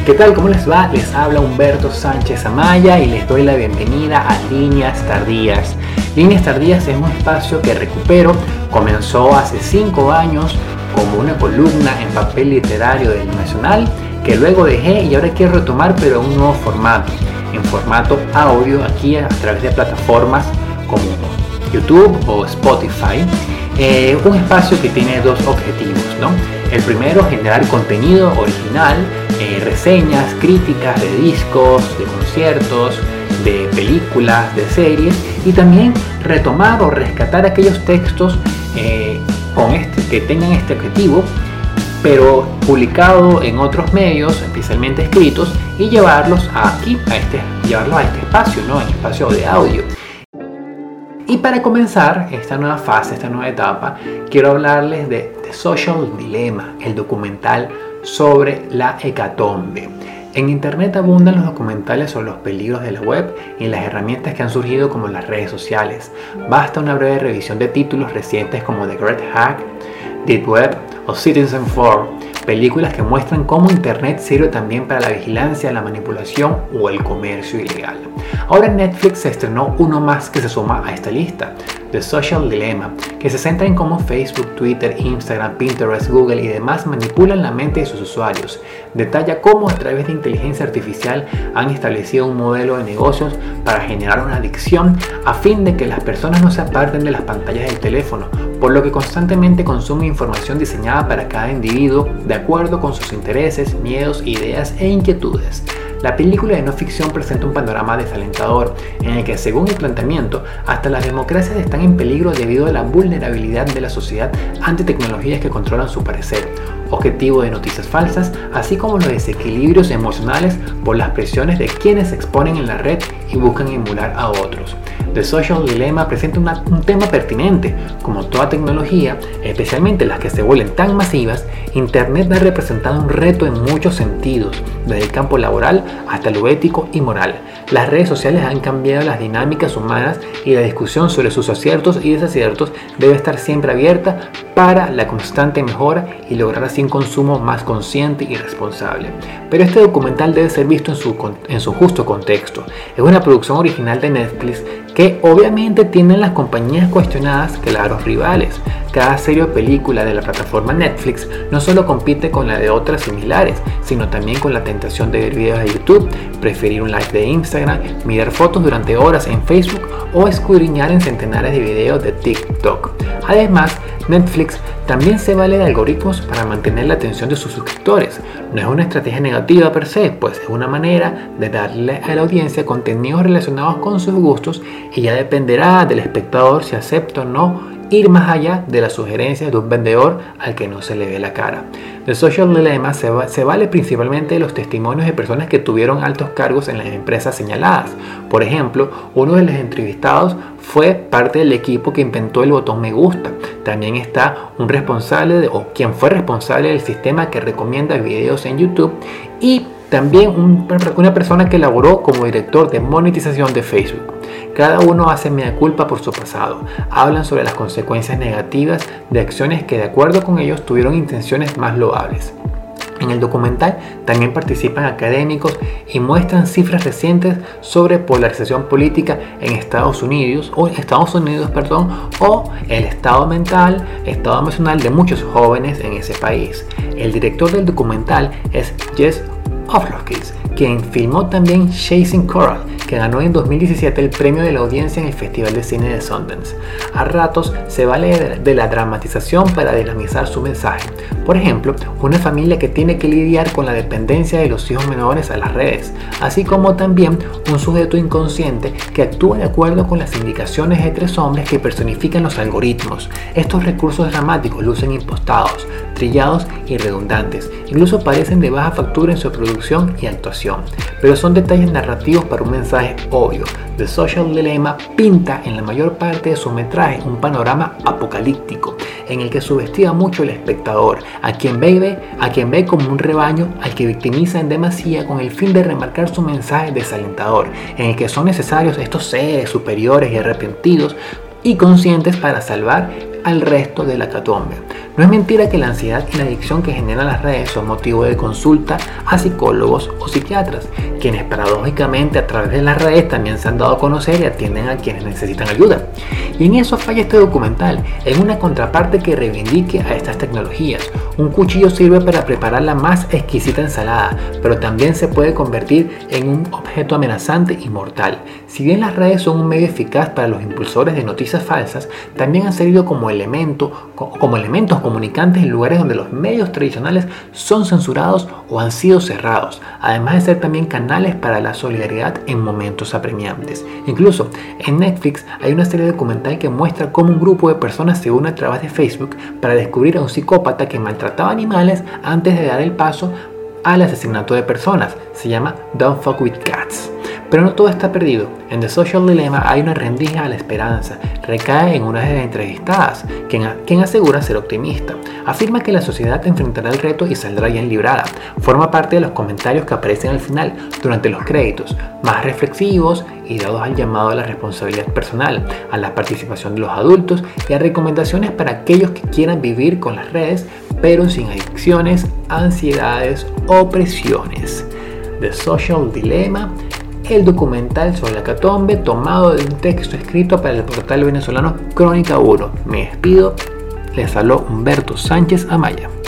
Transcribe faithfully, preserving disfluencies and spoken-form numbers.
¿Qué tal? ¿Cómo les va? Les habla Humberto Sánchez Amaya y les doy la bienvenida a Líneas Tardías. Líneas Tardías es un espacio que recupero, comenzó hace cinco años como una columna en papel literario del Nacional, que luego dejé y ahora quiero retomar, pero en un nuevo formato, en formato audio, aquí a través de plataformas como YouTube o Spotify. Eh, un espacio que tiene dos objetivos, ¿no? El primero, generar contenido original, eh, reseñas, críticas de discos, de conciertos, de películas, de series, y también retomar o rescatar aquellos textos eh, con este, que tengan este objetivo, pero publicado en otros medios, especialmente escritos, y llevarlos aquí, a este, llevarlos a este espacio, ¿no? En espacio de audio. Y para comenzar esta nueva fase, esta nueva etapa, quiero hablarles de The Social Dilemma, el documental sobre la hecatombe. En internet abundan los documentales sobre los peligros de la web y las herramientas que han surgido como las redes sociales. Basta una breve revisión de títulos recientes como The Great Hack, Deep Web o Citizen Four, películas que muestran cómo internet sirve también para la vigilancia, la manipulación o el comercio ilegal. Ahora en Netflix se estrenó uno más que se suma a esta lista, The Social Dilemma, que se centra en cómo Facebook, Twitter, Instagram, Pinterest, Google y demás manipulan la mente de sus usuarios. Detalla cómo a través de inteligencia artificial han establecido un modelo de negocios para generar una adicción a fin de que las personas no se aparten de las pantallas del teléfono, por lo que constantemente consumen información diseñada para cada individuo de acuerdo con sus intereses, miedos, ideas e inquietudes. La película de no ficción presenta un panorama desalentador en el que, según el planteamiento, hasta las democracias están en peligro debido a la vulnerabilidad de la sociedad ante tecnologías que controlan su parecer, objetivo de noticias falsas, así como los desequilibrios emocionales por las presiones de quienes se exponen en la red y buscan emular a otros. The Social Dilemma presenta una, un tema pertinente. Como toda tecnología, especialmente las que se vuelven tan masivas, Internet ha representado un reto en muchos sentidos, desde el campo laboral hasta lo ético y moral. Las redes sociales han cambiado las dinámicas humanas y la discusión sobre sus aciertos y desaciertos debe estar siempre abierta para la constante mejora y lograr así un consumo más consciente y responsable. Pero este documental debe ser visto en su, en su justo contexto. Es una producción original de Netflix que obviamente tienen las compañías cuestionadas claros rivales. Cada serie o película de la plataforma Netflix no solo compite con la de otras similares, sino también con la tentación de ver videos de YouTube, preferir un live de Instagram, mirar fotos durante horas en Facebook o escudriñar en centenares de videos de TikTok. Además, Netflix también se vale de algoritmos para mantener la atención de sus suscriptores. No es una estrategia negativa per se, pues es una manera de darle a la audiencia contenidos relacionados con sus gustos y ya dependerá del espectador si acepta o no ir más allá de las sugerencias de un vendedor al que no se le ve la cara. The Social Dilemma se, va, se vale principalmente de los testimonios de personas que tuvieron altos cargos en las empresas señaladas. Por ejemplo, uno de los entrevistados fue parte del equipo que inventó el botón me gusta. También está un responsable de, o quien fue responsable del sistema que recomienda videos en YouTube, y también un, una persona que laboró como director de monetización de Facebook. Cada uno hace mea culpa por su pasado. Hablan sobre las consecuencias negativas de acciones que de acuerdo con ellos tuvieron intenciones más loables. En el documental también participan académicos y muestran cifras recientes sobre polarización política en Estados Unidos o Estados Unidos, perdón, o el estado mental, estado emocional de muchos jóvenes en ese país. El director del documental es Jess Oflowkis, quien filmó también Chasing Coral, que ganó en dos mil diecisiete el premio de la audiencia en el Festival de Cine de Sundance. A ratos se vale de la dramatización para dinamizar su mensaje. Por ejemplo, una familia que tiene que lidiar con la dependencia de los hijos menores a las redes, así como también un sujeto inconsciente que actúa de acuerdo con las indicaciones de tres hombres que personifican los algoritmos. Estos recursos dramáticos lucen impostados, trillados y redundantes, incluso parecen de baja factura en su producción y actuación, pero son detalles narrativos para un mensaje obvio. The Social Dilemma pinta en la mayor parte de su metraje un panorama apocalíptico en el que subestima mucho el espectador, a quien ve, a quien ve como un rebaño al que victimiza en demasía con el fin de remarcar su mensaje desalentador, en el que son necesarios estos seres superiores y arrepentidos y conscientes para salvar al resto de la hecatombe. No es mentira que la ansiedad y la adicción que generan las redes son motivo de consulta a psicólogos o psiquiatras, quienes paradójicamente a través de las redes también se han dado a conocer y atienden a quienes necesitan ayuda. Y en eso falla este documental, en una contraparte que reivindique a estas tecnologías. Un cuchillo sirve para preparar la más exquisita ensalada, pero también se puede convertir en un objeto amenazante y mortal. Si bien las redes son un medio eficaz para los impulsores de noticias falsas, también han servido como, elemento, como elementos comunicantes en lugares donde los medios tradicionales son censurados o han sido cerrados, además de ser también canales para la solidaridad en momentos apremiantes. Incluso en Netflix hay una serie documental que muestra cómo un grupo de personas se une a través de Facebook para descubrir a un psicópata que maltrataba animales antes de dar el paso al asesinato de personas. Se llama Don't Fuck With Cats. Pero no todo está perdido. En The Social Dilemma hay una rendija a la esperanza. Recae en una de las entrevistadas, quien, quien asegura ser optimista. Afirma que la sociedad enfrentará el reto y saldrá bien librada. Forma parte de los comentarios que aparecen al final, durante los créditos, más reflexivos y dados al llamado a la responsabilidad personal, a la participación de los adultos y a recomendaciones para aquellos que quieran vivir con las redes, pero sin adicciones, ansiedades o presiones. The Social Dilemma, el documental sobre la hecatombe tomado de un texto escrito para el portal venezolano Crónica uno. Me despido, les habló Humberto Sánchez Amaya.